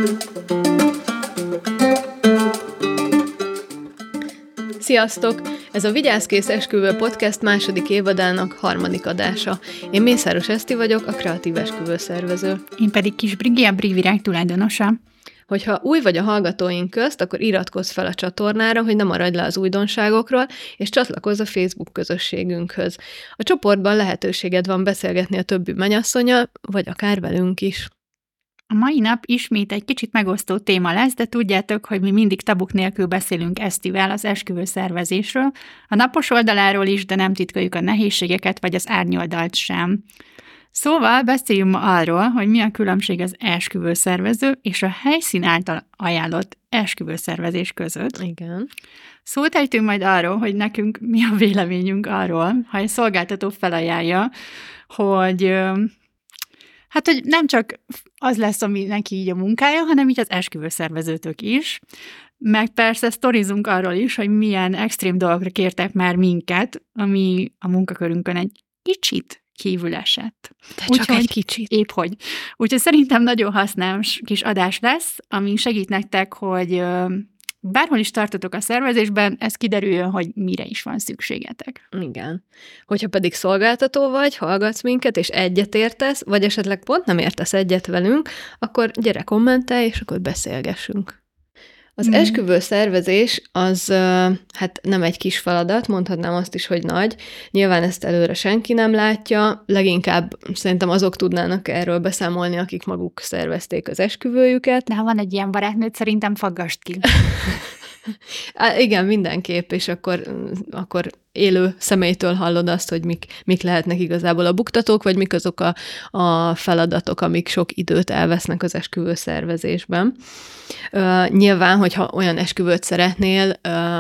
Sziasztok! Ez a Vigyázz-kész esküvő podcast második évadának harmadik adása. Én Mészáros Eszti vagyok, a kreatív esküvőszervező. Én pedig Kis Brigi, a Brivirág tulajdonosa. Hogyha új vagy a hallgatóink közt, akkor iratkozz fel a csatornára, hogy ne maradj le az újdonságokról, és csatlakozz a Facebook közösségünkhöz. A csoportban lehetőséged van beszélgetni a többi mennyasszonnyal, vagy akár velünk is. A mai nap ismét egy kicsit megosztó téma lesz, de tudjátok, hogy mi mindig tabuk nélkül beszélünk Esztivel az esküvőszervezésről, a napos oldaláról is, de nem titkoljuk a nehézségeket vagy az árnyoldalt sem. Szóval beszéljünk ma arról, hogy mi a különbség az esküvőszervező és a helyszín által ajánlott esküvőszervezés között. Igen. Szót ejtünk majd arról, hogy nekünk mi a véleményünk arról, ha egy szolgáltató felajánlja, hogy hogy nem csak az lesz, ami neki így a munkája, hanem így az esküvőszervezőtök is. Meg persze sztorizunk arról is, hogy milyen extrém dolgokra kértek már minket, ami a munkakörünkön egy kicsit kívül esett. De csak egy kicsit. Épp hogy. Úgyhogy szerintem nagyon hasznos kis adás lesz, ami segít nektek, hogy bárhol is tartotok a szervezésben, ez kiderüljön, hogy mire is van szükségetek. Igen. Hogyha pedig szolgáltató vagy, hallgatsz minket, és egyetértesz, vagy esetleg pont nem értesz egyet velünk, akkor gyere kommentelj, és akkor beszélgessünk. Az esküvő szervezés az nem egy kis feladat, mondhatnám azt is, hogy nagy. Nyilván ezt előre senki nem látja, leginkább szerintem azok tudnának erről beszámolni, akik maguk szervezték az esküvőjüket. De ha van egy ilyen barátnőd, szerintem faggast ki. Igen, mindenképp, és akkor élő személytől hallod azt, hogy mik lehetnek igazából a buktatók, vagy mik azok a feladatok, amik sok időt elvesznek az esküvő szervezésben. Nyilván, hogyha olyan esküvőt szeretnél,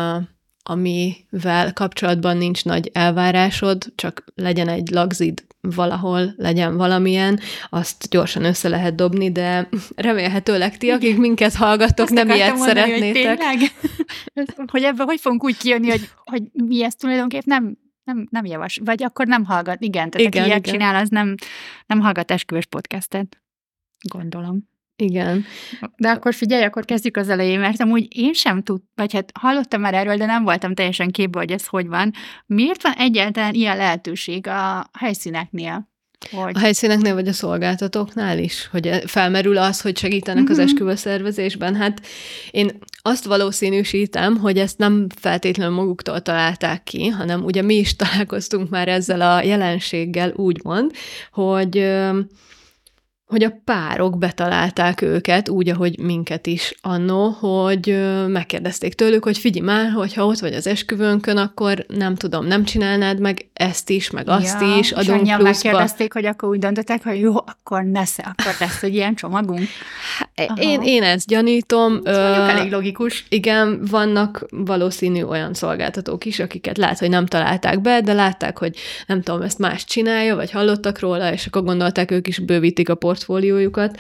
amivel kapcsolatban nincs nagy elvárásod, csak legyen egy lagzid valahol, legyen valamilyen, azt gyorsan össze lehet dobni, de remélhetőleg ti, akik minket hallgattok, nem ilyet szeretnétek. Hogy ebből hogy fogunk úgy kijönni, hogy mi ezt tulajdonképpen nem javas, vagy akkor nem hallgat. Igen, tehát aki ilyet csinál, az nem hallgat esküvős podcastet. Gondolom. Igen. De akkor figyelj, akkor kezdjük az elején, mert amúgy én sem hallottam már erről, de nem voltam teljesen képbe, hogy ez hogy van. Miért van egyáltalán ilyen lehetőség a helyszíneknél? A helyszíneknél vagy a szolgáltatóknál is, hogy felmerül az, hogy segítenek az esküvőszervezésben. Hát én azt valószínűsítem, hogy ezt nem feltétlenül maguktól találták ki, hanem ugye mi is találkoztunk már ezzel a jelenséggel, úgymond, hogy a párok betalálták őket, úgy, ahogy minket is annó, hogy megkérdezték tőlük, hogy figyelj már, hogyha ott vagy az esküvőnkön, akkor nem tudom, nem csinálnád meg ezt is, meg azt is, adunk pluszba. Megkérdezték, hogy akkor úgy döntöttek, hogy jó, akkor lesz egy ilyen csomagunk. Én ezt gyanítom. Ez mondjuk elég logikus. Igen, vannak valószínű olyan szolgáltatók is, akiket lehet, hogy nem találták be, de látták, hogy nem tudom, ezt más csinálja, vagy hallottak róla, és akkor gondolták, ők is bővítik a portfóliójukat.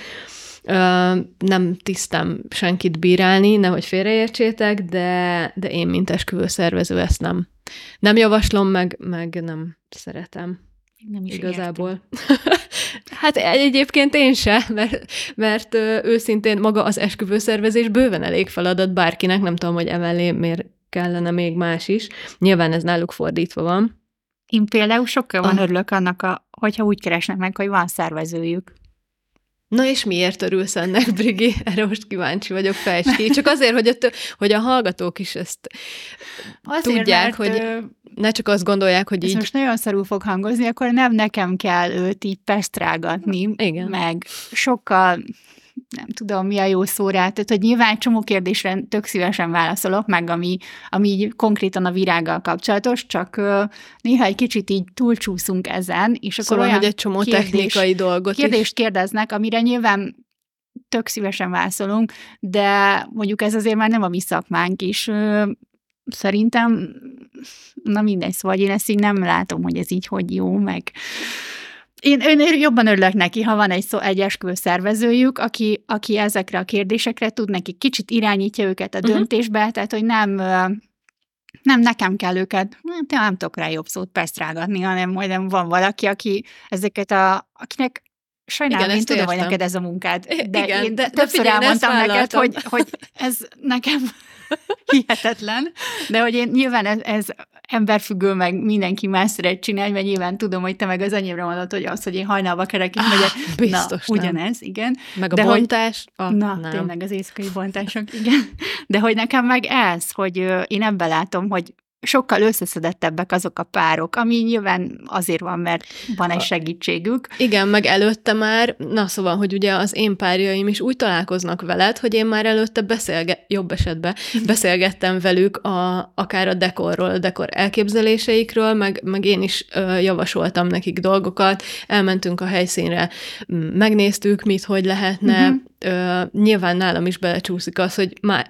Nem tisztem senkit bírálni, nehogy félreértsétek, de én, mint esküvőszervező, ezt nem javaslom, meg nem szeretem. Nem is igazából. Hát egyébként én se, mert őszintén maga az esküvőszervezés bőven elég feladat bárkinek, nem tudom, hogy emellé miért kellene még más is. Nyilván ez náluk fordítva van. Én például sokkal örülök annak, hogyha úgy keresnek meg, hogy van szervezőjük. Na és miért örülsz ennek, Brigi? Erre most kíváncsi vagyok, fejtsd ki. Csak azért, hogy a hallgatók is ezt azért, tudják, hogy ne csak azt gondolják, hogy így... most nagyon szarul fog hangozni, akkor nem nekem kell őt így pesztrágatni, igen. Meg sokkal, nem tudom, mi a jó szó rá, tehát hogy nyilván csomó kérdésre tök szívesen válaszolok, meg ami így konkrétan a virággal kapcsolatos, csak néha egy kicsit így túlcsúszunk ezen, és akkor szóval, olyan hogy egy csomó technikai kérdést kérdeznek, amire nyilván tök szívesen válaszolunk, de mondjuk ez azért már nem a mi szakmánk is. Szerintem, na mindegy, szóval én ezt így nem látom, hogy ez így hogy jó, meg én jobban örülök neki, ha van egy esküvőszervezőjük, aki ezekre a kérdésekre tud neki, kicsit irányítja őket a döntésbe, tehát hogy nem nekem kell őket, nem tudok rá jobb szót pesztrágatni, hanem majdnem van valaki, aki akinek Sajnálom, Igen, én ezt tudom, hogy értem. neked ez a munkád, de Igen, én de többször figyelj, én ezt elmondtam neked, vállaltam. hogy ez nekem hihetetlen, de hogy én nyilván ez emberfüggő, meg mindenki más szeret csinálni, mert nyilván tudom, hogy te meg az enyémre mondod, hogy az, hogy én hajnalba kerek is megyek. Biztos Na, nem. ugyanez, igen. Meg a de bontás? Na, nem. tényleg az éjszakai bontások, igen. De hogy nekem meg ez, hogy én ebben látom, hogy sokkal összeszedettebbek azok a párok, ami nyilván azért van, mert van egy segítségük. Igen, meg előtte már, na szóval, hogy ugye az én párjaim is úgy találkoznak veled, hogy én már előtte jobb esetben beszélgettem velük akár a dekorról, a dekor elképzeléseikről, meg én is javasoltam nekik dolgokat, elmentünk a helyszínre, megnéztük, mit, hogy lehetne. Nyilván nálam is belecsúszik az, hogy már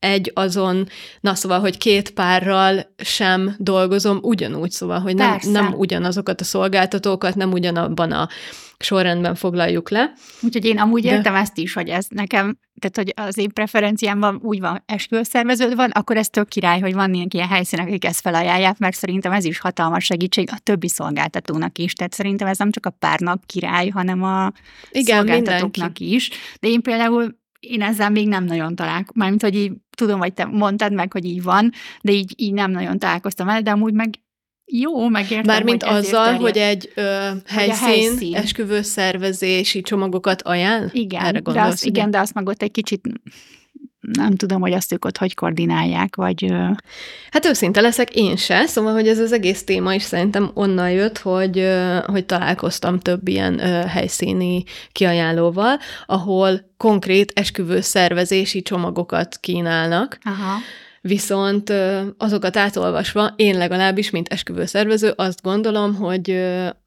na szóval, hogy 2 párral sem dolgozom ugyanúgy, szóval, hogy nem ugyanazokat a szolgáltatókat, nem ugyanabban a sorrendben foglaljuk le. Úgyhogy én amúgy értem ezt is, hogy ez nekem, tehát hogy az én preferenciámban úgy van, esküvőszervező van, akkor ez tök király, hogy van ilyen helyszínek, akik ezt felajánlják, mert szerintem ez is hatalmas segítség a többi szolgáltatónak is. Tehát szerintem ez nem csak a párnak király, hanem a szolgáltatóknak is. De én például ezzel még nem nagyon találkoztam. Mármint, hogy így tudom, hogy te mondtad meg, hogy így van, de így nem nagyon találkoztam vele, de amúgy meg jó, megértem, mármint hogy azzal, hogy egy helyszín esküvőszervezési csomagokat ajánl? Igen, erre gondolsz, de azt meg ott egy kicsit nem tudom, hogy azt ők ott hogy koordinálják, vagy... Hát őszinte leszek, én se, szóval, hogy ez az egész téma is szerintem onnan jött, hogy találkoztam több ilyen helyszíni kiajánlóval, ahol konkrét esküvőszervezési csomagokat kínálnak. Aha. Viszont azokat átolvasva, én legalábbis, mint esküvőszervező, azt gondolom, hogy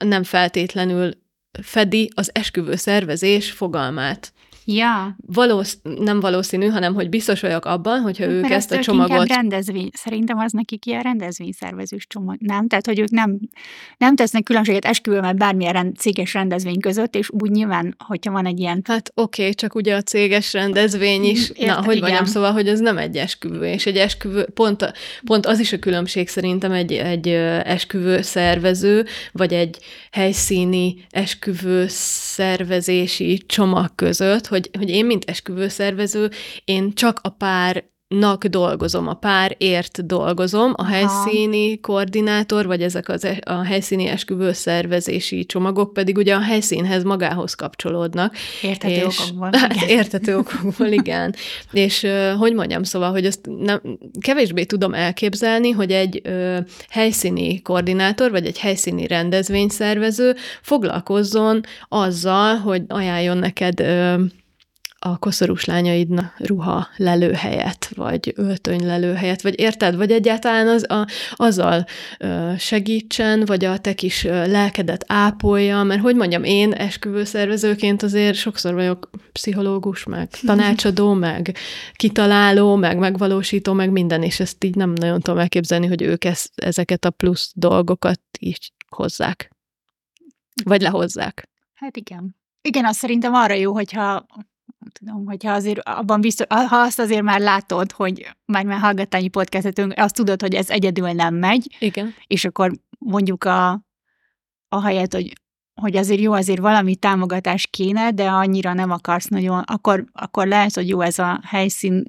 nem fedi az esküvőszervezés fogalmát. Ja. Nem valószínű, hanem hogy biztos vagyok abban, hogyha ők ezt a csomagot... Szerintem az nekik ilyen rendezvényszervezős csomag, nem? Tehát, hogy ők nem tesznek különbséget esküvő, mert bármilyen céges rendezvény között, és úgy nyilván, hogyha van egy ilyen... Hát oké, csak ugye a céges rendezvény is, mondjam, szóval, hogy ez nem egy esküvő, és egy esküvő, pont az is a különbség szerintem egy esküvő szervező, vagy egy helyszíni esküvő szervezési csomag között, hogy én, mint esküvőszervező, én csak a párnak dolgozom, a párért dolgozom, a helyszíni koordinátor, vagy ezek a helyszíni esküvőszervezési csomagok pedig ugye a helyszínhez magához kapcsolódnak. Érthető okokból. Érthető okokból, igen. És hogy mondjam, szóval, hogy ezt kevésbé tudom elképzelni, hogy egy helyszíni koordinátor, vagy egy helyszíni rendezvényszervező foglalkozzon azzal, hogy ajánljon neked a koszorús lányaidnak ruha lelőhelyet, vagy öltöny lelőhelyet, vagy érted? Vagy egyáltalán azzal segítsen, vagy a te kis lelkedet ápolja, mert hogy mondjam, én esküvőszervezőként azért sokszor vagyok pszichológus, meg tanácsadó, meg kitaláló, meg megvalósító, meg minden, és ezt így nem nagyon tudom elképzelni, hogy ők ezeket a plusz dolgokat így hozzák. Vagy lehozzák. Hát igen. Igen, az szerintem arra jó, hogyha tudom, hogyha azért abban biztos, ha azt azért már látod, hogy már hallgattányi podcastetünk, azt tudod, hogy ez egyedül nem megy, igen. És akkor mondjuk ahelyett, hogy azért jó, azért valami támogatás kéne, de annyira nem akarsz nagyon, akkor lehet, hogy jó ez a helyszín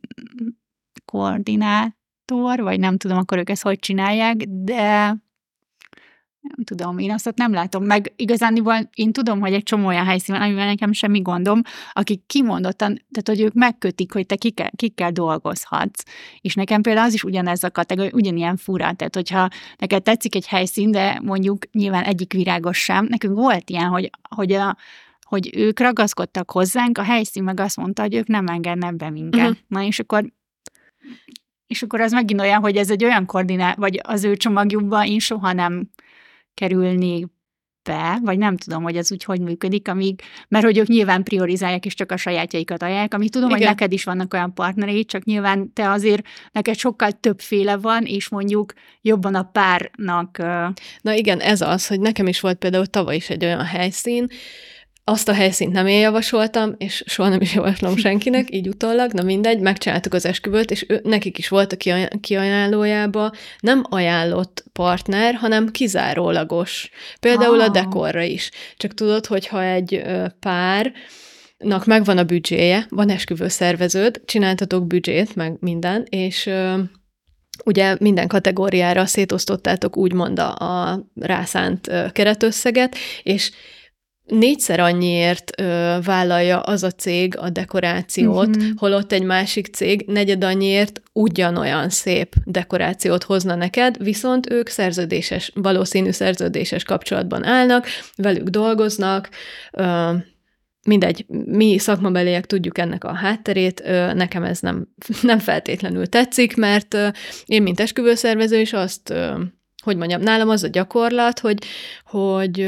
koordinátor, vagy nem tudom, akkor ők ezt hogy csinálják, de nem tudom, én azt nem látom. Meg igazániból én tudom, hogy egy csomó olyan helyszín van, amivel nekem semmi gondom, akik kimondottan, tehát hogy ők megkötik, hogy te kikkel dolgozhatsz. És nekem például az is ugyanez a kategória, ugyanilyen fura. Tehát hogyha neked tetszik egy helyszín, de mondjuk nyilván egyik virágos sem, nekünk volt ilyen, hogy ők ragaszkodtak hozzánk, a helyszín meg azt mondta, hogy ők nem engednek be minket. Uh-huh. Na és akkor az megint olyan, hogy ez egy olyan vagy az ő csomagjukban én soha nem kerülnék be, vagy nem tudom, hogy ez úgy hogy működik, mert hogy ők nyilván priorizálják, és csak a sajátjaikat ajánlják, amit tudom, igen, hogy neked is vannak olyan partnereid, csak nyilván te azért, neked sokkal többféle van, és mondjuk jobban a párnak... Na igen, ez az, hogy nekem is volt például tavaly is egy olyan helyszín, Azt a helyszínt nem én javasoltam, és soha nem is javaslom senkinek, így utólag, na mindegy, megcsináltuk az esküvőt, és nekik is volt a kiajánlójába nem ajánlott partner, hanem kizárólagos. Például a dekorra is. Csak tudod, hogyha egy párnak megvan a büdzséje, van esküvőszerveződ, csináltatok büdzsét, meg minden, és ugye minden kategóriára szétosztottátok úgymond a rászánt keretösszeget, és 4-szer annyiért vállalja az a cég a dekorációt, holott egy másik cég 4 annyiért ugyanolyan szép dekorációt hozna neked, viszont ők valószínű szerződéses kapcsolatban állnak, velük dolgoznak, mindegy, mi szakmabeliek tudjuk ennek a hátterét, nekem ez nem feltétlenül tetszik, mert én, mint esküvőszervező is azt, hogy mondjam, nálam az a gyakorlat, hogy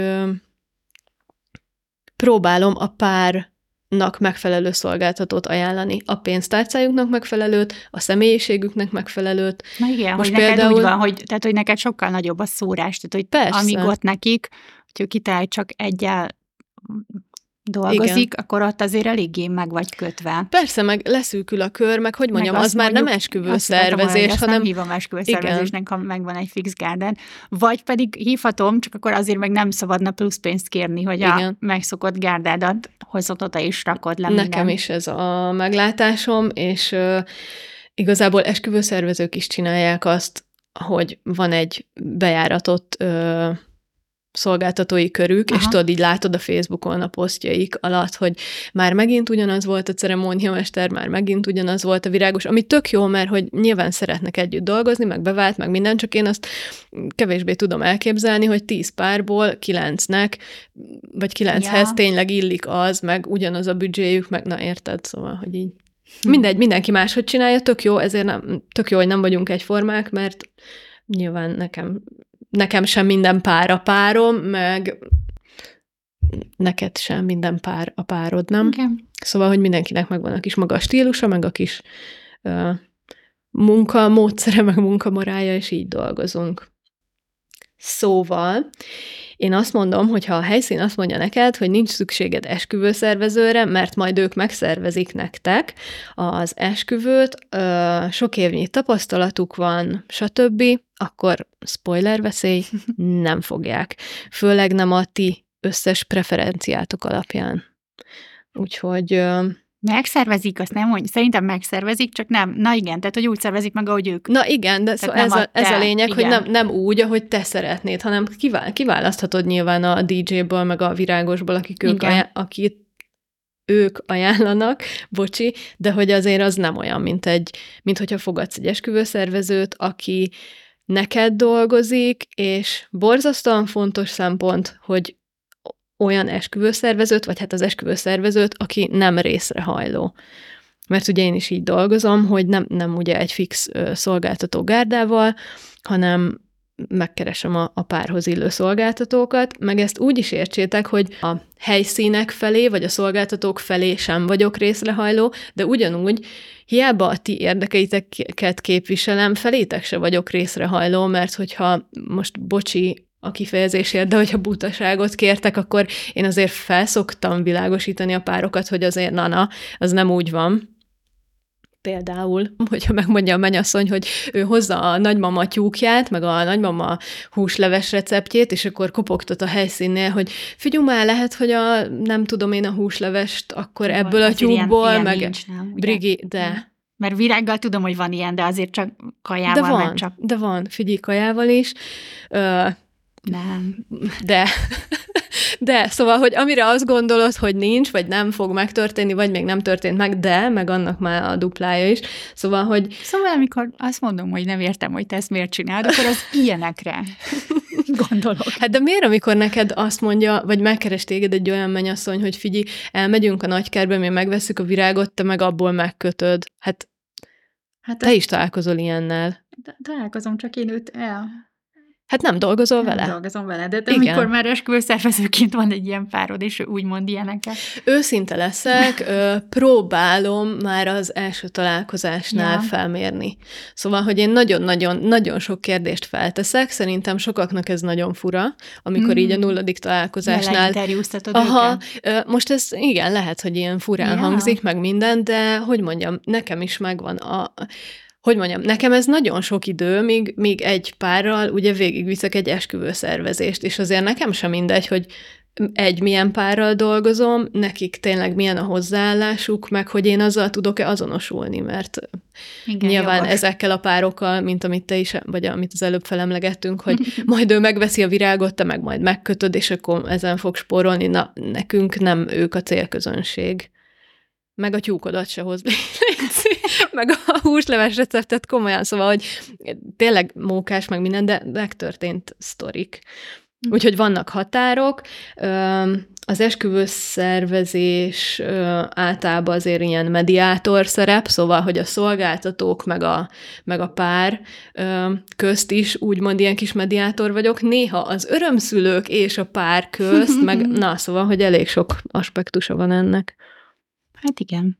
próbálom a párnak megfelelő szolgáltatót ajánlani. A pénztárcájuknak megfelelőt, a személyiségüknek megfelelőt. Na igen, most hogy neked úgy van, hogy neked sokkal nagyobb a szórás, tehát hogy persze. Amíg ott nekik, hogy kitalálj csak egyel dolgozik, igen, akkor ott azért eléggé meg vagy kötve. Persze, meg leszűkül a kör, meg hogy mondjam, az már nem esküvőszervezés, hanem... nem hívom esküvőszervezésnek, ha megvan egy fix garden. Vagy pedig hívhatom, csak akkor azért meg nem szabadna plusz pénzt kérni, hogy a megszokott gárdádat hozod oda és rakod le. Nekem is ez a meglátásom, és igazából esküvőszervezők is csinálják azt, hogy van egy bejáratott szolgáltatói körük, és tudod, így látod a Facebookon a posztjaik alatt, hogy már megint ugyanaz volt a ceremóniamester, már megint ugyanaz volt a virágos, ami tök jó, mert hogy nyilván szeretnek együtt dolgozni, meg bevált, meg minden, csak én azt kevésbé tudom elképzelni, hogy 10 párból 9-nek, vagy 9-hez tényleg illik az, meg ugyanaz a büdzséjük, meg na érted, szóval, hogy így mindegy, mindenki máshogy csinálja, tök jó, ezért tök jó, hogy nem vagyunk egyformák, mert nyilván nekem sem minden pár a párom, meg neked sem minden pár a párod, nem? Okay. Szóval, hogy mindenkinek megvan a kis maga stílusa, meg a kis munkamódszere, meg munkamorálja, és így dolgozunk. Szóval én azt mondom, hogy ha a helyszín azt mondja neked, hogy nincs szükséged esküvőszervezőre, mert majd ők megszervezik nektek az esküvőt, sok évnyi tapasztalatuk van, stb., akkor spoiler veszély, nem fogják. Főleg nem a ti összes preferenciátok alapján. Úgyhogy... Megszervezik, azt nem mondja. Szerintem megszervezik, csak nem. Na igen, tehát, hogy úgy szervezik meg, ahogy ők. Na igen, de szóval ez a lényeg, igen, hogy nem úgy, ahogy te szeretnéd, hanem kiválaszthatod nyilván a DJ-ből, meg a virágosból, akit ők ajánlanak, bocsi, de hogy azért az nem olyan, mint hogyha fogadsz egy esküvőszervezőt, aki neked dolgozik, és borzasztóan fontos szempont, hogy olyan esküvőszervezőt, vagy hát az esküvőszervezőt, aki nem részrehajló. Mert ugye én is így dolgozom, hogy nem ugye egy fix szolgáltató gárdával, hanem megkeresem a párhoz illő szolgáltatókat, meg ezt úgy is értsétek, hogy a helyszínek felé, vagy a szolgáltatók felé sem vagyok részrehajló, de ugyanúgy hiába a ti érdekeiteket képviselem, felétek se vagyok részrehajló, mert hogyha most bocsi a kifejezésért, de hogyha butaságot kértek, akkor én azért felszoktam világosítani a párokat, hogy azért az nem úgy van. Például, hogyha megmondja a mennyasszony, hogy ő hozza a nagymama tyúkját, meg a nagymama húsleves receptjét, és akkor kopogtat a helyszínnél, hogy figyelj már, lehet, hogy nem tudom én a húslevest, akkor ebből a tyúkból, ilyen meg nincs, nem, Brigi, de... Mert virággal tudom, hogy van ilyen, de azért csak kajával. De van, figyelj, kajával is. Nem. De, szóval, hogy amire azt gondolod, hogy nincs, vagy nem fog megtörténni, vagy még nem történt meg, de, meg annak már a duplája is. Szóval, amikor azt mondom, hogy nem értem, hogy te ezt miért csinálod, akkor az ilyenekre gondolok. Hát de miért, amikor neked azt mondja, vagy megkeres téged egy olyan mennyasszony, hogy figyelj, elmegyünk a nagykertbe, mi megvesszük a virágot, te meg abból megkötöd. Hát te is találkozol ilyennel. Találkozom, csak én őt Hát nem dolgozol Nem vele? dolgozom vele, de amikor már esküvőszervezőként van egy ilyen párod, és ő úgy mond ilyeneket. Őszinte leszek, próbálom már az első találkozásnál felmérni. Szóval, hogy én nagyon-nagyon sok kérdést felteszek, szerintem sokaknak ez nagyon fura, amikor így a 0. találkozásnál... Leinterjúztatod őket. Most ez igen, lehet, hogy ilyen furán hangzik, meg minden, de hogy mondjam, nekem is megvan nekem ez nagyon sok idő, míg egy párral ugye végigviszek egy esküvőszervezést, és azért nekem sem mindegy, hogy milyen párral dolgozom, nekik tényleg milyen a hozzáállásuk, meg hogy én azzal tudok-e azonosulni, mert igen, nyilván jogos. Ezekkel a párokkal, mint amit te is, vagy amit az előbb felemlegettünk, hogy majd ő megveszi a virágot, te meg majd megkötöd, és akkor ezen fog spórolni, na, nekünk nem ők a célközönség. Meg a tyúkodat se hozd, meg a húsleves receptet komolyan, szóval, hogy tényleg mókás, meg minden, de megtörtént sztorik. Úgyhogy vannak határok. Az esküvőszervezés általában azért ilyen mediátor szerep, szóval, hogy a szolgáltatók meg a pár közt is úgymond ilyen kis mediátor vagyok. Néha az örömszülők és a pár közt, meg szóval, hogy elég sok aspektusa van ennek. Hát igen.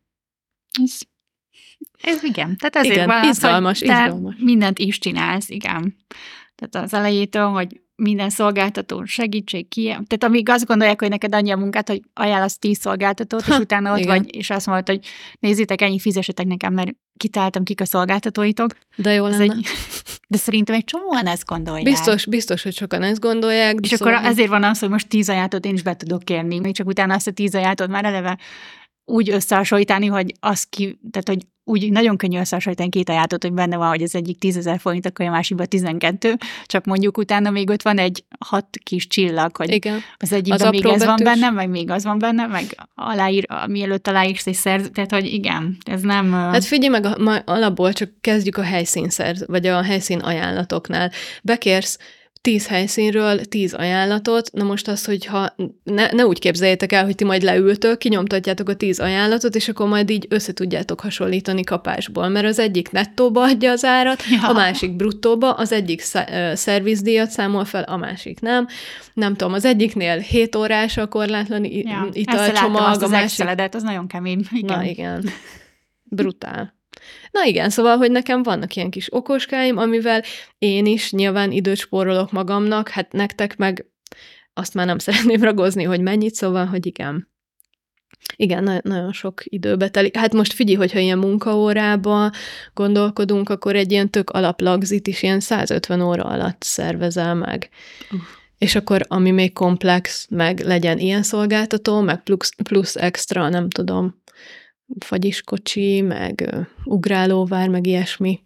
Ez igen. Tehát ezért igen, van izgalmas, az, hogy izgalmas. Mindent is csinálsz, igen. Tehát az elejétől, hogy minden szolgáltató segítség ki. Tehát amíg azt gondolják, hogy neked annyi a munkát, hogy ajánlasz 10 szolgáltatót, és utána ott vagy, és azt mondod, hogy nézzétek, ennyi fizessetek nekem, mert kitáltam, kik a szolgáltatóitok. De jó lenne. De szerintem egy csomóan ezt gondolják. Biztos, hogy sokan ezt gondolják. És szóval... akkor ezért van az, hogy most 10 ajánlatot én is be tudok kérni, még csak utána azt a 10 ajánlatot már eleve úgy összehasonlítani, hogy tehát hogy úgy nagyon könnyű összehasonlítani 2 ajánlatot, hogy benne van, hogy az egyik 10 000 forint, akkor a másikban 12, csak mondjuk utána még ott van egy 6 kis csillag, hogy igen. Az egyikben még ez van benne, meg még az van benne, meg mielőtt aláírsz egy tehát hogy igen, ez nem... Hát figyelj meg, alapból csak kezdjük a vagy a helyszín ajánlatoknál. Bekérsz 10 helyszínről 10 ajánlatot, na most az, hogyha ne úgy képzeljétek el, hogy ti majd leültök, kinyomtatjátok a 10 ajánlatot, és akkor majd így össze tudjátok hasonlítani kapásból, mert az egyik nettóba adja az árat, a másik bruttóba, az egyik szervizdíjat számol fel, a másik nem. Nem tudom, az egyiknél 7 órás a korlátlan italcsomag, a másik... az nagyon kemény. Igen. Na igen, brutál. Na igen, szóval, hogy nekem vannak ilyen kis okoskáim, amivel én is nyilván időt spórolok magamnak, hát nektek meg azt már nem szeretném ragozni, hogy mennyit, szóval, hogy igen. Igen, nagyon sok időbe telik. Hát most figyelj, hogyha ilyen munkaórába gondolkodunk, akkor egy ilyen tök alaplagzit is ilyen 150 óra alatt szervezel meg. És akkor, ami még komplex, meg legyen ilyen szolgáltató, meg plusz extra, nem tudom, fagyiskocsi, meg ugrálóvár, meg ilyesmi.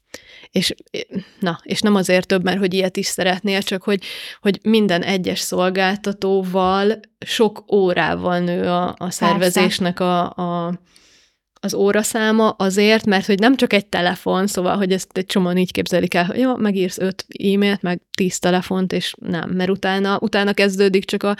És nem azért több, mert hogy ilyet is szeretnél, csak hogy minden egyes szolgáltatóval sok órával nő a szervezésnek az óraszáma azért, mert hogy nem csak egy telefon, szóval, hogy ezt egy csomóan így képzelik el, hogy jó, megírsz 5 e-mailt, meg 10 telefont, és nem, mert utána kezdődik csak a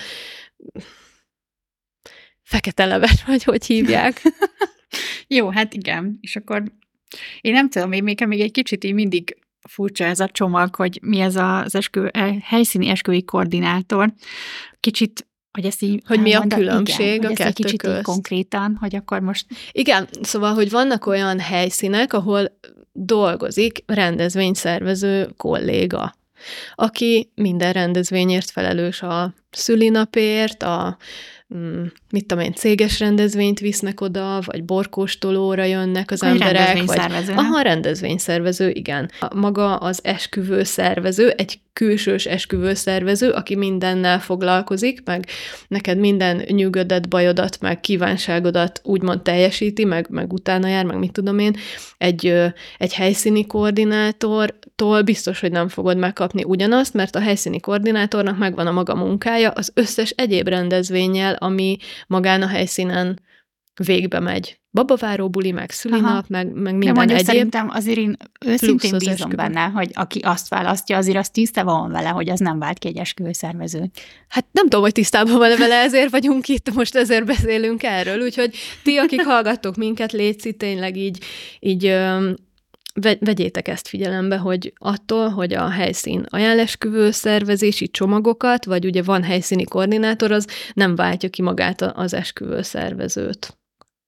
fekete leves, vagy hogy hívják. Jó, hát igen. És akkor én nem tudom, én még egy kicsit így mindig furcsa ez a csomag, hogy mi ez az helyszíni esküvői koordinátor. Kicsit, hogy ezt így... Hogy mi a különbség igen, a kettő egy kicsit így konkrétan, hogy akkor most... Igen, szóval, hogy vannak olyan helyszínek, ahol dolgozik rendezvényszervező kolléga, aki minden rendezvényért felelős, a szülinapért, mit tudom én, céges rendezvényt visznek oda, vagy borkóstolóra jönnek az emberek. Rendezvényszervező. Rendezvényszervező, igen. Maga az esküvőszervező, egy külsős esküvőszervező, aki mindennel foglalkozik, meg neked minden nyugodat, bajodat, meg kívánságodat úgymond teljesíti, meg utána jár, meg mit tudom én. Egy helyszíni koordinátortól biztos, hogy nem fogod megkapni ugyanazt, mert a helyszíni koordinátornak megvan a maga munkája az összes egyéb rendezvénnyel, ami magán a helyszínen végbe megy. Babaváró buli, meg szülinap, meg minden egyéb. Szerintem azért én őszintén bízom benne, hogy aki azt választja, azért az tisztában van vele, hogy az nem vált ki egy esküvőszervező. Hát nem tudom, hogy tisztában van vele, ezért vagyunk itt, most ezért beszélünk erről, úgyhogy ti, akik hallgattok minket, létszik tényleg így vegyétek ezt figyelembe, hogy attól, hogy a helyszín ajánl esküvő szervezési csomagokat, vagy ugye van helyszíni koordinátor, az nem váltja ki magát az esküvő szervezőt.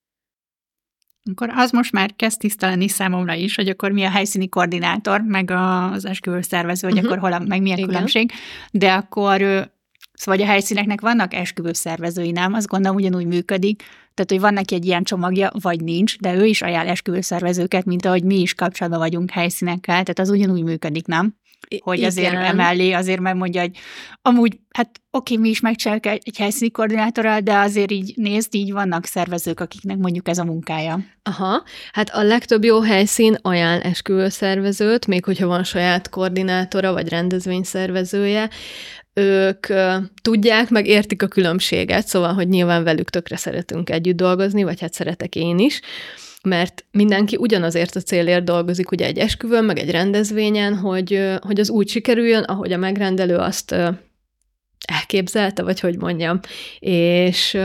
Akkor az most már kezd tiszta lenni számomra is, hogy akkor mi a helyszíni koordinátor, meg az esküvő szervező, hogy akkor hol, meg milyen különbség. De akkor, szóval a helyszíneknek vannak esküvő szervezői, nem? Azt gondolom ugyanúgy működik. Tehát, hogy van neki egy ilyen csomagja, vagy nincs, de ő is ajánl esküvő szervezőket, mint ahogy mi is kapcsolatban vagyunk helyszínekkel, tehát az ugyanúgy működik, nem? Hogy azért emellé, azért megmondja, hogy amúgy, hát oké, mi is megcsináljuk egy helyszíni koordinátorral, de azért így nézd, így vannak szervezők, akiknek mondjuk ez a munkája. Aha, hát a legtöbb jó helyszín ajánl esküvő szervezőt, még hogyha van saját koordinátora, vagy rendezvényszervezője, ők tudják, meg értik a különbséget, szóval, hogy nyilván velük tökre szeretünk együtt dolgozni, vagy hát szeretek én is, mert mindenki ugyanazért a célért dolgozik, ugye egy esküvőn, meg egy rendezvényen, hogy az úgy sikerüljön, ahogy a megrendelő azt elképzelte, vagy hogy mondjam. És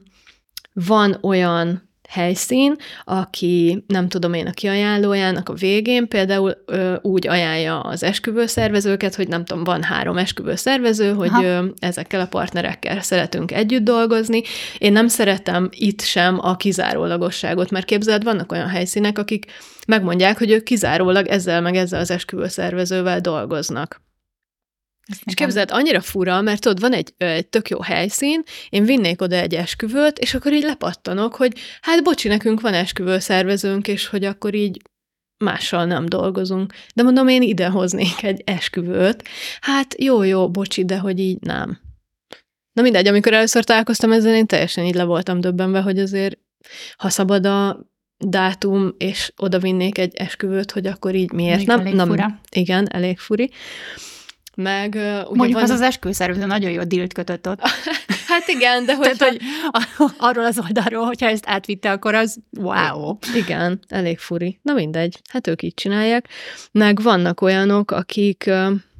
van olyan helyszín, aki, nem tudom én, a kiajánlójának a végén például úgy ajánlja az esküvőszervezőket, hogy nem tudom, van 3 esküvőszervező, hogy ezekkel a partnerekkel szeretünk együtt dolgozni. Én nem szeretem itt sem a kizárólagosságot, mert képzeld, vannak olyan helyszínek, akik megmondják, hogy ők kizárólag ezzel meg ezzel az esküvőszervezővel dolgoznak. És képzeld, annyira fura, mert ott van egy tök jó helyszín, én vinnék oda egy esküvőt, és akkor így lepattanok, hogy hát bocsi, nekünk van esküvőszervezőnk, és hogy akkor így mással nem dolgozunk. De mondom, én ide hoznék egy esküvőt. Hát jó, bocsi, de hogy így nem. Na mindegy, amikor először találkoztam ezzel, én teljesen így le voltam döbbenve, hogy azért, ha szabad a dátum, és oda vinnék egy esküvőt, hogy akkor így miért még nem. Elég fura. Igen, elég furi. Meg, mondjuk az esküvőszervező nagyon jó dílt kötött ott. Hát igen, de hogy... Tehát, hogy arról az oldalról, hogyha ezt átvitte, akkor az wow. Igen, elég furi. Na mindegy, hát ők így csinálják. Meg vannak olyanok, akik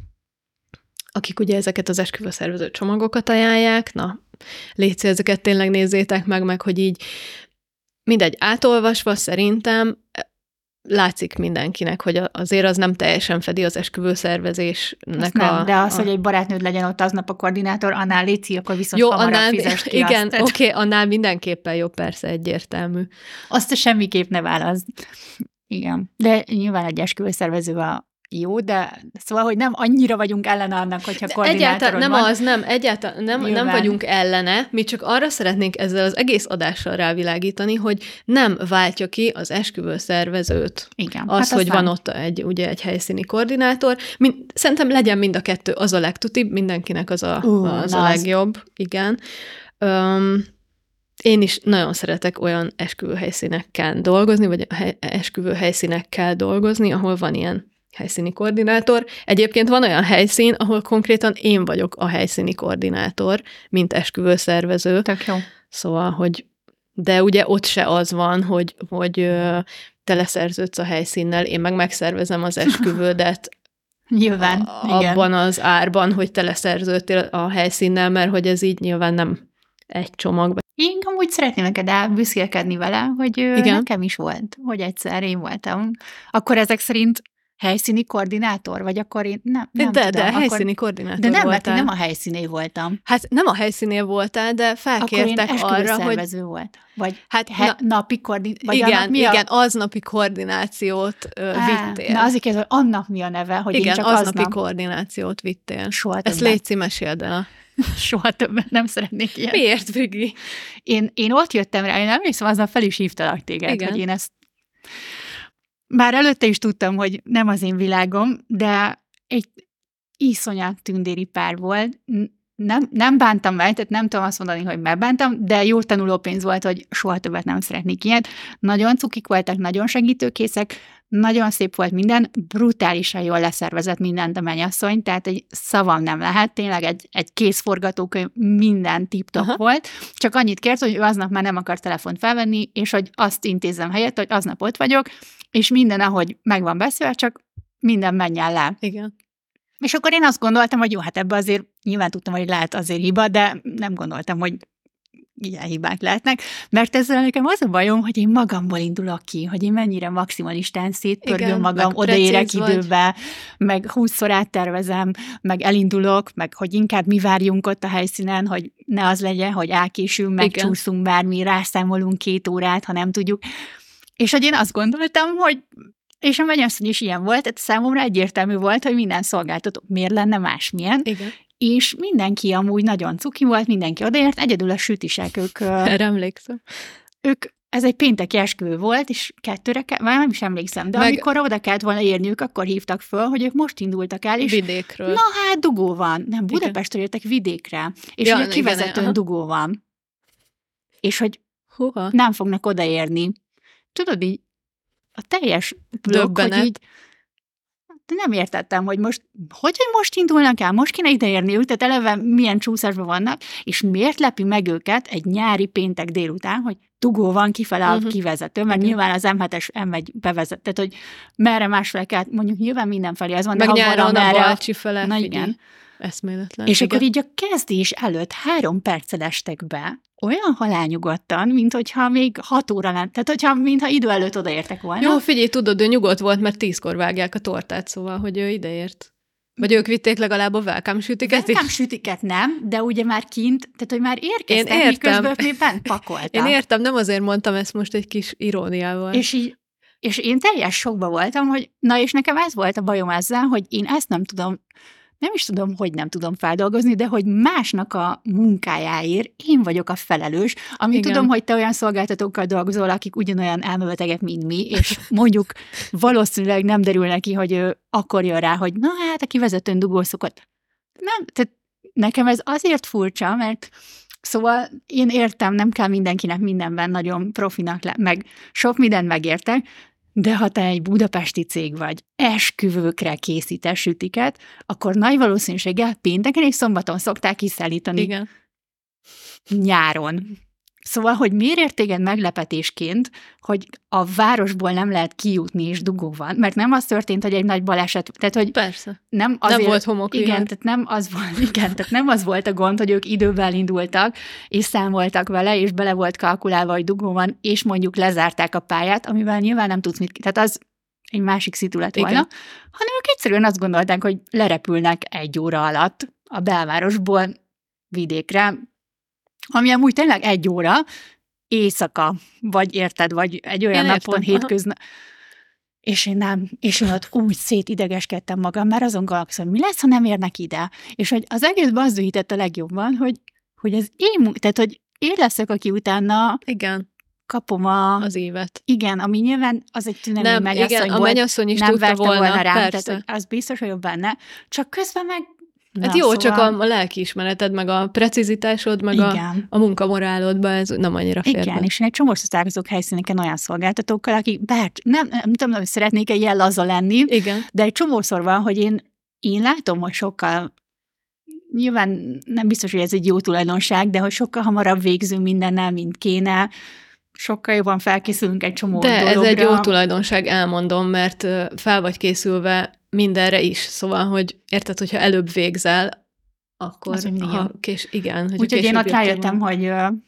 ugye ezeket az esküvőszervező csomagokat ajánlják, na, légy ezeket tényleg nézzétek meg, hogy így mindegy, átolvasva szerintem látszik mindenkinek, hogy azért az nem teljesen fedi az esküvőszervezésnek nem, de az, hogy egy barátnőd legyen ott aznap a koordinátor, annál léci, akkor viszont jó, hamarabb annál, fizest ki igen, azt. oké, annál mindenképpen jobb, persze, egyértelmű. Azt semmiképp ne válasz. Igen. De nyilván egy esküvőszervező a jó, de szóval, hogy nem annyira vagyunk ellene annak, hogyha koordinátorod van. Egyáltalán nem vagyunk ellene, mi csak arra szeretnénk ezzel az egész adással rávilágítani, hogy nem váltja ki az esküvőszervezőt. Igen. Az, hogy van ott egy helyszíni koordinátor. Szerintem legyen mind a kettő, az a legtutibb, mindenkinek az a legjobb. Igen. Én is nagyon szeretek olyan esküvőhelyszínekkel dolgozni, vagy esküvőhelyszínekkel dolgozni, ahol van ilyen helyszíni koordinátor. Egyébként van olyan helyszín, ahol konkrétan én vagyok a helyszíni koordinátor, mint esküvőszervező. Tök jó. Szóval, de ugye ott se az van, hogy te leszerződsz a helyszínnel, én meg megszervezem az esküvődet nyilván, abban az árban, hogy te leszerződtél a helyszínnel, mert hogy ez így nyilván nem egy csomag. Én amúgy szeretném neked elbüszkélkedni vele, hogy nekem is volt, hogy egyszer én voltam. Akkor ezek szerint helyszíni koordinátor? Vagy akkor én nem tudom. De helyszíni koordinátor de nem, voltál. mert én nem a helyszíné voltam. Hát nem a helyszínél voltál, de felkértek arra, hogy... volt. Vagy hát napi koordináció. Igen, aznapi koordinációt vittél. Na azért hogy annak mi a neve, hogy igen, én csak aznapi koordinációt vittél. Soha ezt légy meséld el. Soha többet nem szeretnék ilyet. Miért, Vigi? Én ott jöttem rá, én emlékszem, aznap fel is hívtalak téged, igen. Hogy én ezt... Már előtte is tudtam, hogy nem az én világom, de egy iszonyat tündéri pár volt. Nem bántam vele, tehát nem tudom azt mondani, hogy megbántam, de jó tanulópénz volt, hogy soha többet nem szeretnék ilyet. Nagyon cukik voltak, nagyon segítőkészek, nagyon szép volt minden, brutálisan jól leszervezett mindent a mennyasszony, tehát egy szavam nem lehet, tényleg egy kézforgatókönyv, minden tip-top volt, csak annyit kért, hogy ő aznap már nem akar telefont felvenni, és hogy azt intézzem helyett, hogy aznap ott vagyok, és minden, ahogy meg van beszélve, csak minden menjen le. Igen. És akkor én azt gondoltam, hogy jó, hát ebbe azért nyilván tudtam, hogy lehet azért hiba, de nem gondoltam, hogy ilyen hibák lehetnek, mert ezzel nekem az a bajom, hogy én magamból indulok ki, hogy én mennyire maximalistán szétpörgöm magam, odaérek időbe, meg 20-szor áttervezem, meg elindulok, meg hogy inkább mi várjunk ott a helyszínen, hogy ne az legyen, hogy elkésünk, megcsúszunk bármi, rászámolunk 2 órát, ha nem tudjuk. És hogy én azt gondoltam, hogy és a mennyasszony is ilyen volt, tehát számomra egyértelmű volt, hogy minden szolgáltató miért lenne másmilyen. Igen. És mindenki amúgy nagyon cuki volt, mindenki odaért, egyedül a sütisek, Erre emlékszem. Ez egy pénteki esküvő volt, és 2-re már nem is emlékszem, de amikor oda kellett volna érniük, akkor hívtak föl, hogy ők most indultak el, és vidékről. Na hát dugó van. Nem, Budapestről jöttek vidékre, és ugye kivezetőn dugó van. És hogy nem fognak odaérni. Tudod, így a teljes blokk, hogy így de nem értettem, hogy most indulnak el, most kéne ideérniük, tehát eleve milyen csúszásban vannak, és miért lepi meg őket egy nyári péntek délután, hogy dugó van kifele a kivezető, mert nyilván az M7-es M1 bevezet, tehát hogy merre másfele kell, mondjuk nyilván mindenfelé az van, meg de ha valamerre... a Balcsi fele, na igen. Eszméletlen. És akkor így a kezdés előtt 3 perccel estek be, olyan halálnyugodtan, mint hogyha még 6 óra lenne, tehát mintha idő előtt odaértek volna. Jó, figyelj, tudod, ő nyugodt volt, mert 10-kor vágják a tortát, szóval, hogy ő ideért. Vagy ők vitték legalább a welcome sütiket? Welcome sütiket nem, de ugye már kint, tehát hogy már érkeztek, miközben még bent pakoltam. Én értem, nem azért mondtam ezt most egy kis iróniával. És én teljes sokba voltam, hogy na és nekem ez volt a bajom ezzel, hogy én ezt nem is tudom, hogy nem tudom feldolgozni, de hogy másnak a munkájáért én vagyok a felelős, ami tudom, hogy te olyan szolgáltatókkal dolgozol, akik ugyanolyan elmebetegek, mint mi, és mondjuk valószínűleg nem derül neki, hogy ő akkor jön rá, hogy na hát, aki vezetőn dugó szokott. Nem, tehát nekem ez azért furcsa, mert szóval én értem, nem kell mindenkinek mindenben nagyon profinak meg sok mindent megértek, de ha te egy budapesti cég vagy, esküvőkre készítesz sütiket, akkor nagy valószínűséggel pénteken és szombaton szokták kiszállítani. Igen. Nyáron. Szóval, hogy miért ért téged meglepetésként, hogy a városból nem lehet kijutni és dugó van, mert nem az történt, hogy egy nagy baleset, tehát hogy persze. Nem volt homokvihar. Igen, tehát nem az volt a gond, hogy ők idővel indultak, és számoltak vele, és bele volt kalkulálva, hogy dugó van, és mondjuk lezárták a pályát, amivel nyilván nem tudsz mit, tehát az egy másik szitu lett volna, hanem ők egyszerűen azt gondolták, hogy lerepülnek 1 óra alatt a belvárosból vidékre, ami amúgy tényleg 1 óra, éjszaka, vagy érted, vagy egy olyan napon hétköznap. És én ott úgy szétidegeskedtem magam, mert azon gondolkozom, hogy mi lesz, ha nem érnek ide. És hogy az egészben az dühített a legjobban, hogy az tehát hogy én leszek, aki utána kapom az évet. Igen, ami nyilván az egy tünemény mennyasszony volt. Igen, a mennyasszony is tudta volna rám, persze. Tehát az biztos vagyok benne. Csak közben meg hát jó, szóval... csak a lelkiismereted, meg a precizitásod, meg a munkamorálodban ez nem annyira fér. Igen, és én egy csomószor találkozok helyszíneken olyan szolgáltatókkal, akik nem tudom, hogy szeretnék egy ilyen laza lenni, de egy csomószor van, hogy én látom, hogy sokkal, nyilván nem biztos, hogy ez egy jó tulajdonság, de hogy sokkal hamarabb végzünk mindennel, mint kéne, sokkal jobban felkészülünk egy csomó dologra. Ez egy jó tulajdonság, elmondom, mert fel vagy készülve mindenre is. Szóval, hogy érted, hogyha előbb végzel, akkor igen. Úgyhogy én ott rájöttem, hogy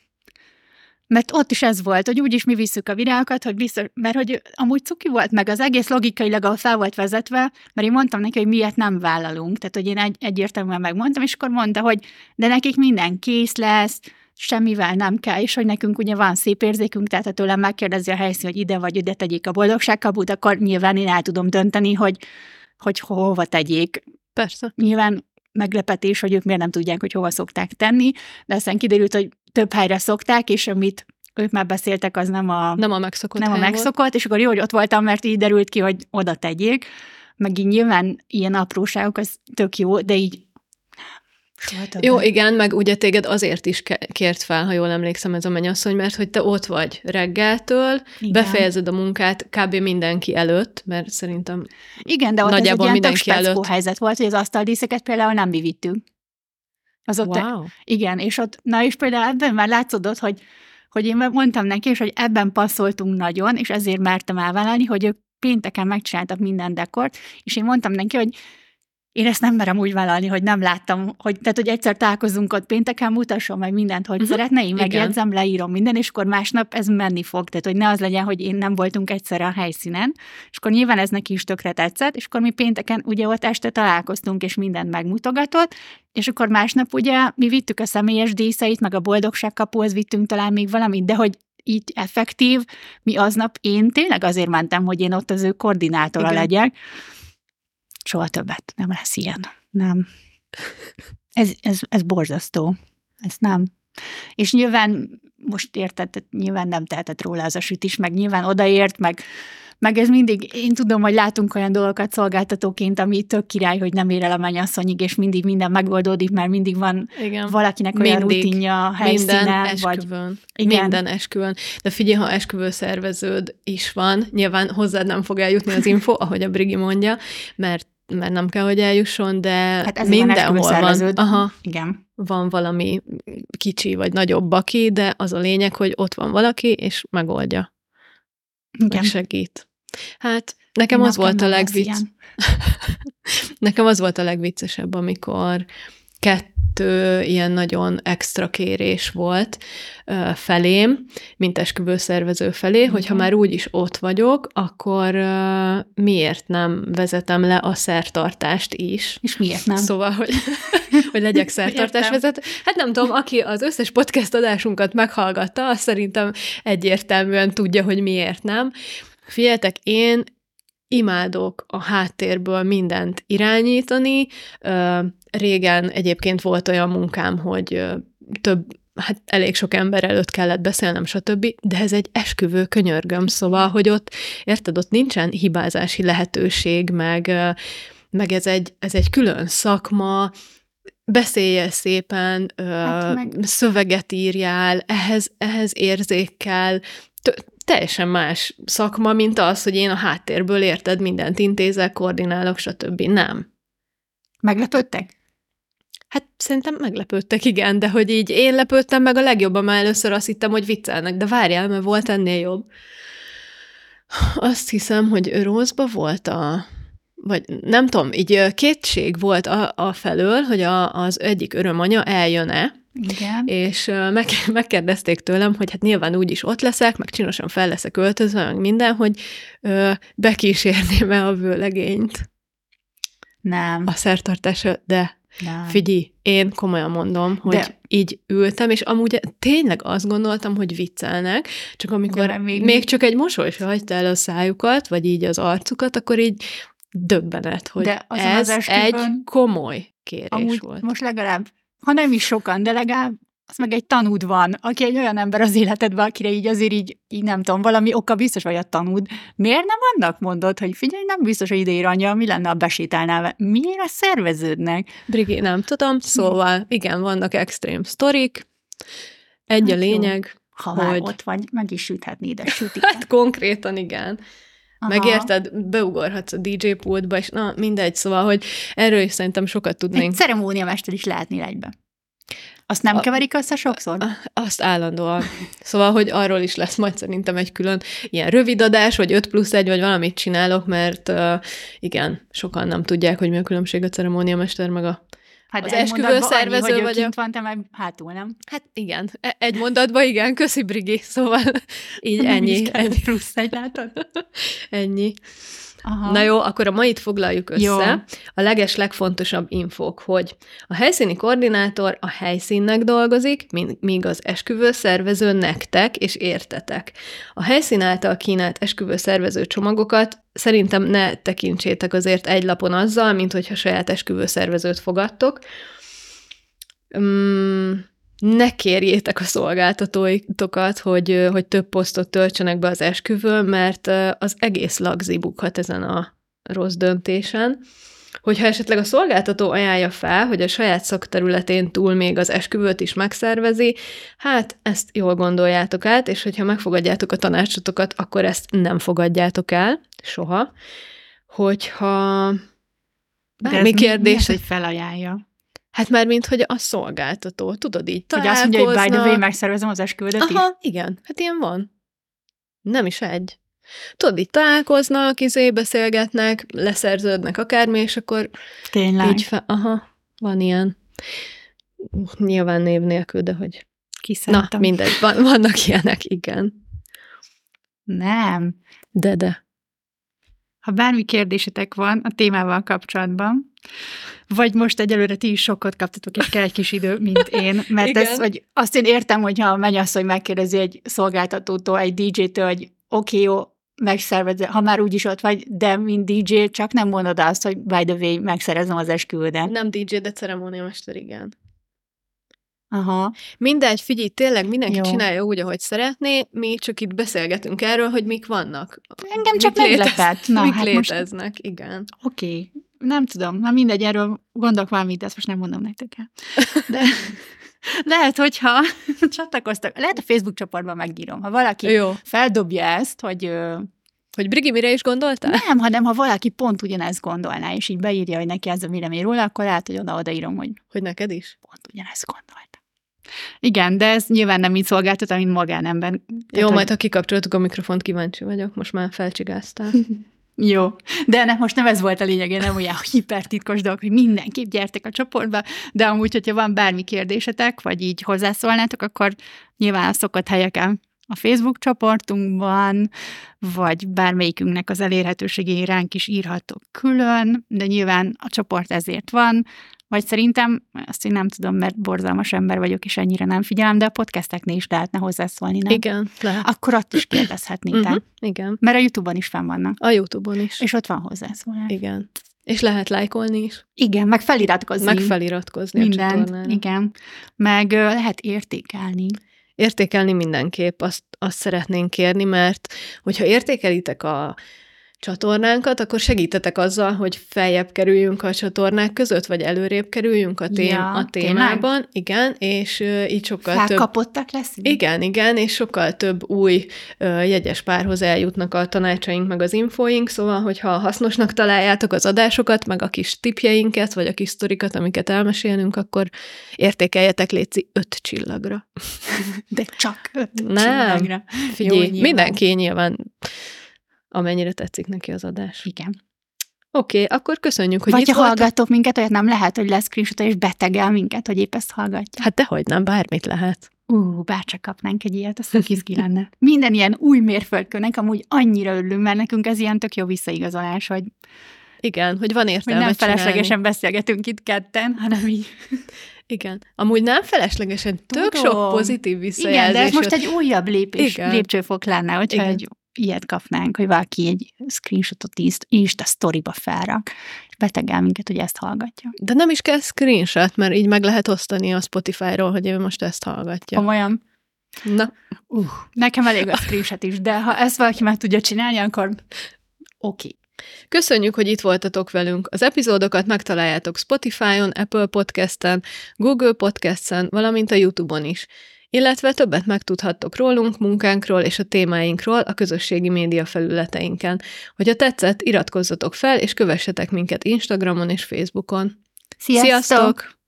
mert ott is ez volt, hogy úgyis mi visszük a virágokat, hogy biztos, mert hogy amúgy cuki volt, meg az egész logikailag ahol fel volt vezetve, mert én mondtam neki, hogy miért nem vállalunk. Tehát, hogy én egyértelműen megmondtam, és akkor mondta, hogy de nekik minden kész lesz, semmivel nem kell, és hogy nekünk ugye van szép érzékünk, tehát ha tőlem megkérdezi a helyszín, hogy ide vagy ide tegyék a boldogságkaput, akkor nyilván én el tudom dönteni, hogy hova tegyék. Persze. Nyilván meglepetés, hogy ők miért nem tudják, hogy hova szokták tenni, de aztán kiderült, hogy több helyre szokták, és amit ők már beszéltek, az nem a megszokott, és akkor jó, hogy ott voltam, mert így derült ki, hogy oda tegyék, meg így nyilván ilyen apróságok, az tök jó, de így jó, igen, meg ugye téged azért is kért fel, ha jól emlékszem, ez a mennyasszony, mert hogy te ott vagy reggeltől, befejezed a munkát kb. Mindenki előtt, mert szerintem igen, de ott nagyjából ez egy ilyen tök speckó helyzet volt, hogy az asztaldíszeket például nem mi vittünk. Igen, és ott, na és például ebben már látszódott, hogy én mondtam neki, és hogy ebben passzoltunk nagyon, és ezért mertem elvállalni, hogy ők pénteken megcsináltak minden dekort, és én mondtam neki, hogy én ezt nem merem úgy vállalni, hogy nem láttam, tehát, hogy egyszer találkozunk ott pénteken, mutasson meg mindent, hogy szeretne, én megjegyzem, leírom minden, és akkor másnap ez menni fog. Tehát, hogy ne az legyen, hogy én nem voltunk egyszerre a helyszínen, és akkor nyilván ez neki is tökre tetszett, és akkor mi pénteken ugye ott este találkoztunk, és mindent megmutogatott, és akkor másnap ugye mi vittük a személyes díszeit, meg a boldogságkapuhoz vittünk talán még valamit, de hogy így effektív, mi aznap én tényleg azért mentem, hogy én ott az ő koordinátora legyek. Soha többet nem lesz ilyen. Nem. Ez borzasztó. Ez nem. És nyilván most érted, nyilván nem tehetett róla az a sütis, meg nyilván odaért, meg ez mindig, én tudom, hogy látunk olyan dolgokat szolgáltatóként, ami tök király, hogy nem ér el a mennyasszonyig, és mindig minden megoldódik, mert mindig van valakinek olyan rutinja a helyszínen. Minden esküvőn. Minden esküvőn. De figyelj, ha esküvő szerveződ is van, nyilván hozzád nem fog eljutni az info, ahogy a Brigi mondja, mert nem kell, hogy eljusson, de hát mindenhol van. Aha, igen. Van valami kicsi vagy nagyobb baki, de az a lényeg, hogy ott van valaki, és megoldja. Meg segít. Hát nekem az volt a nekem az volt a legviccesebb, amikor 2 ilyen nagyon extra kérés volt felém, mint esküvőszervező felé, hogyha már úgyis ott vagyok, akkor miért nem vezetem le a szertartást is. És miért nem? Szóval, hogy legyek szertartásvezető. Hát nem tudom, aki az összes podcast adásunkat meghallgatta, azt szerintem egyértelműen tudja, hogy miért nem. Figyeljetek, én imádok a háttérből mindent irányítani. Régen egyébként volt olyan munkám, hogy elég sok ember előtt kellett beszélnem, stb., de ez egy esküvő, könyörgöm, szóval, hogy ott, érted, ott nincsen hibázási lehetőség, meg ez egy külön szakma, beszélje szépen, szöveget írjál, ehhez érzékkel, teljesen más szakma, mint az, hogy én a háttérből, érted, mindent intézek, koordinálok, stb. Nem. Meglepődtek? Hát szerintem meglepődtek, igen, de hogy így én lepődtem meg a legjobban, mert először azt hittem, hogy viccelnek, de várjál, mert volt ennél jobb. Azt hiszem, hogy Rózba volt vagy nem tudom, így kétség volt a felől, hogy az egyik örömanya eljön-e, igen. És megkérdezték tőlem, hogy hát nyilván úgyis ott leszek, meg csinosan fel leszek öltözve, meg minden, hogy bekísérném-e a vőlegényt. Nem. A szertartásra, de nem. Figyelj, én komolyan mondom, hogy így ültem, és amúgy tényleg azt gondoltam, hogy viccelnek, csak amikor még csak egy mosoly se hagyta el a szájukat, vagy így az arcukat, akkor így döbbenet, hogy ez egy komoly kérés volt. Most legalább, ha nem is sokan, de legalább az meg egy tanúd van, aki egy olyan ember az életedben, akire így azért így nem tudom, valami oka biztos, vagy a tanúd. Miért nem annak mondod, hogy figyelj, nem biztos, hogy ide ír anya, mi lenne, ha besétálnál? Miért a szerveződnek? Brigi, nem tudom, szóval igen, vannak extrém sztorik. Egy a lényeg, ha már ott vagy, meg is süthetnéd a sütiket. Hát konkrétan igen. Aha. Megérted, beugorhatsz a DJ pultba, és na, mindegy, szóval, hogy erről is szerintem sokat tudnénk. Egy ceremóniamester is lehetnél egybe. Azt nem keverik össze sokszor? Azt állandóan. Szóval, hogy arról is lesz majd szerintem egy külön ilyen rövid adás, vagy 5+1, vagy valamit csinálok, mert igen, sokan nem tudják, hogy mi a különbség a ceremóniamester, meg az esküvő szervező annyi, hogy kint van, te meg hátul, nem? Hát igen, egy mondatban igen, köszi Brigi, szóval így ennyi. 1+1, látod? Ennyi. Aha. Na jó, akkor a mait foglaljuk össze. Jó. A legfontosabb infók, hogy a helyszíni koordinátor a helyszínnek dolgozik, míg az esküvőszervező nektek és értetek. A helyszín által kínált esküvőszervező csomagokat szerintem ne tekintsétek azért egy lapon azzal, mint hogyha saját esküvőszervezőt fogadtok. Ne kérjétek a szolgáltatóitokat, hogy több posztot töltsenek be az esküvőn, mert az egész lagzi bukhat ezen a rossz döntésen. Hogyha esetleg a szolgáltató ajánlja fel, hogy a saját szakterületén túl még az esküvőt is megszervezi, hát ezt jól gondoljátok át, és hogyha megfogadjátok a tanácsotokat, akkor ezt nem fogadjátok el, soha. Hogyha bármi kérdés, hogy felajánlja. Hát már mint, hogy a szolgáltató, tudod, így találkoznak. Hogy azt mondja, hogy by the way, megszervezem az esküvődet is? Aha, igen, hát ilyen van. Nem is egy. Tudod, így találkoznak, beszélgetnek, leszerződnek akármi, és akkor Tényleg. így van ilyen. Nyilván név nélkül, de hogy... Kiszálltam. Na, mindegy, vannak ilyenek, igen. Nem. De. Ha bármi kérdésetek van a témával kapcsolatban, vagy most egyelőre ti is sokkot kaptatok, és kell egy kis idő, mint én, mert ez, vagy azt én értem, hogyha a mennyasszony megkérdezi egy szolgáltatótól, egy DJ-től, hogy oké, jó, megszervezze, ha már úgyis ott vagy, de mint DJ csak nem mondod azt, hogy by the way, megszerezem az esküvődet. Nem DJ, de ceremóniamester, igen. Aha. Mindegy, figyelj, tényleg mindenki csinálja úgy, ahogy szeretné, mi csak itt beszélgetünk erről, hogy mik vannak. Engem csak meglepett. Mik léteznek, most... igen. Oké. Nem tudom, na mindegy, erről gondolok valamit, de ezt most nem mondom nektek el. De lehet, hogyha csatlakoztak, lehet a Facebook csoportban megírom, ha valaki feldobja ezt, hogy Brigi, mire is gondoltál? Nem, hanem ha valaki pont ugyanezt gondolná, és így beírja, hogy neki ez a vélemény róla, akkor lehet, hogy odaírom, hogy neked is? Pont ugyanezt gondolta. Igen, de ez nyilván nem így szolgáltat, mint magánember. Jó, majd ha kikapcsoltuk a mikrofont, kíváncsi vagyok, most már felcsigáztál. Jó, de most nem ez volt a lényeg, nem olyan hipertitkos dolog, hogy mindenképp gyertek a csoportba, de amúgy, hogyha van bármi kérdésetek, vagy így hozzászólnátok, akkor nyilván a szokott helyeken a Facebook csoportunkban, vagy bármelyikünknek az elérhetőségén ránk is írhatok külön, de nyilván a csoport ezért van, vagy szerintem, azt én nem tudom, mert borzalmas ember vagyok, és ennyire nem figyelem, de a podcasteknél is lehetne hozzászólni, nem? Igen, lehet. Akkor ott is kérdezhetnétek. Igen. Mert a YouTube-on is fenn vannak. A YouTube-on is. És ott van hozzászólás. Igen. És lehet lájkolni is. Igen, meg feliratkozni. Meg feliratkozni mindent, a csatornára. Igen. Meg lehet értékelni. Értékelni mindenképp, azt szeretnénk kérni, mert hogyha értékelitek a csatornánkat, akkor segítetek azzal, hogy feljebb kerüljünk a csatornák között, vagy előrébb kerüljünk a témában. Tényleg? Igen, és így sokkal felkapottak leszünk? Igen, és sokkal több új jegyes párhoz eljutnak a tanácsaink, meg az infóink, szóval, hogyha hasznosnak találjátok az adásokat, meg a kis tippjeinket, vagy a kis sztorikat, amiket elmesélünk, akkor értékeljetek, létszi 5 csillagra. De csak 5 Nem. csillagra. Figyelj, jó, mindenki nyilván amennyire tetszik neki az adás. Igen. Oké, akkor köszönjük, hogy vagy itt ha hallgatok minket, olyat nem lehet, hogy lesz screenshot és betegel minket, hogy épp ezt hallgatja. Hát dehogy nem, bármit lehet. Bárcsak kapnánk egy ilyet, az tök izgi lenne. Minden ilyen új mérföldkőnek amúgy annyira örülünk, mert nekünk ez ilyen tök jó visszaigazolás, hogy igen, hogy van értelme hogy nem feleslegesen csinálni. Beszélgetünk itt ketten, hanem így. Igen. Amúgy nem feleslegesen, tök sok pozitív visszajelzés. Igen, de ez most egy újabb lépcsőfok lenne, hogyha egy ilyet kapnánk, hogy valaki egy screenshotot Insta sztoriba felrak, és betegel minket, hogy ezt hallgatja. De nem is kell screenshot, mert így meg lehet osztani a Spotify-ról, hogy ő most ezt hallgatja. Komolyan? Na. Nekem elég a screenshot is, de ha ezt valaki meg tudja csinálni, akkor oké. Köszönjük, hogy itt voltatok velünk. Az epizódokat megtaláljátok Spotify-on, Apple Podcast-en, Google Podcast-en, valamint a YouTube-on is. Illetve többet megtudhattok rólunk, munkánkról és a témáinkról a közösségi média felületeinken. Hogyha tetszett, iratkozzatok fel, és kövessetek minket Instagramon és Facebookon. Sziasztok!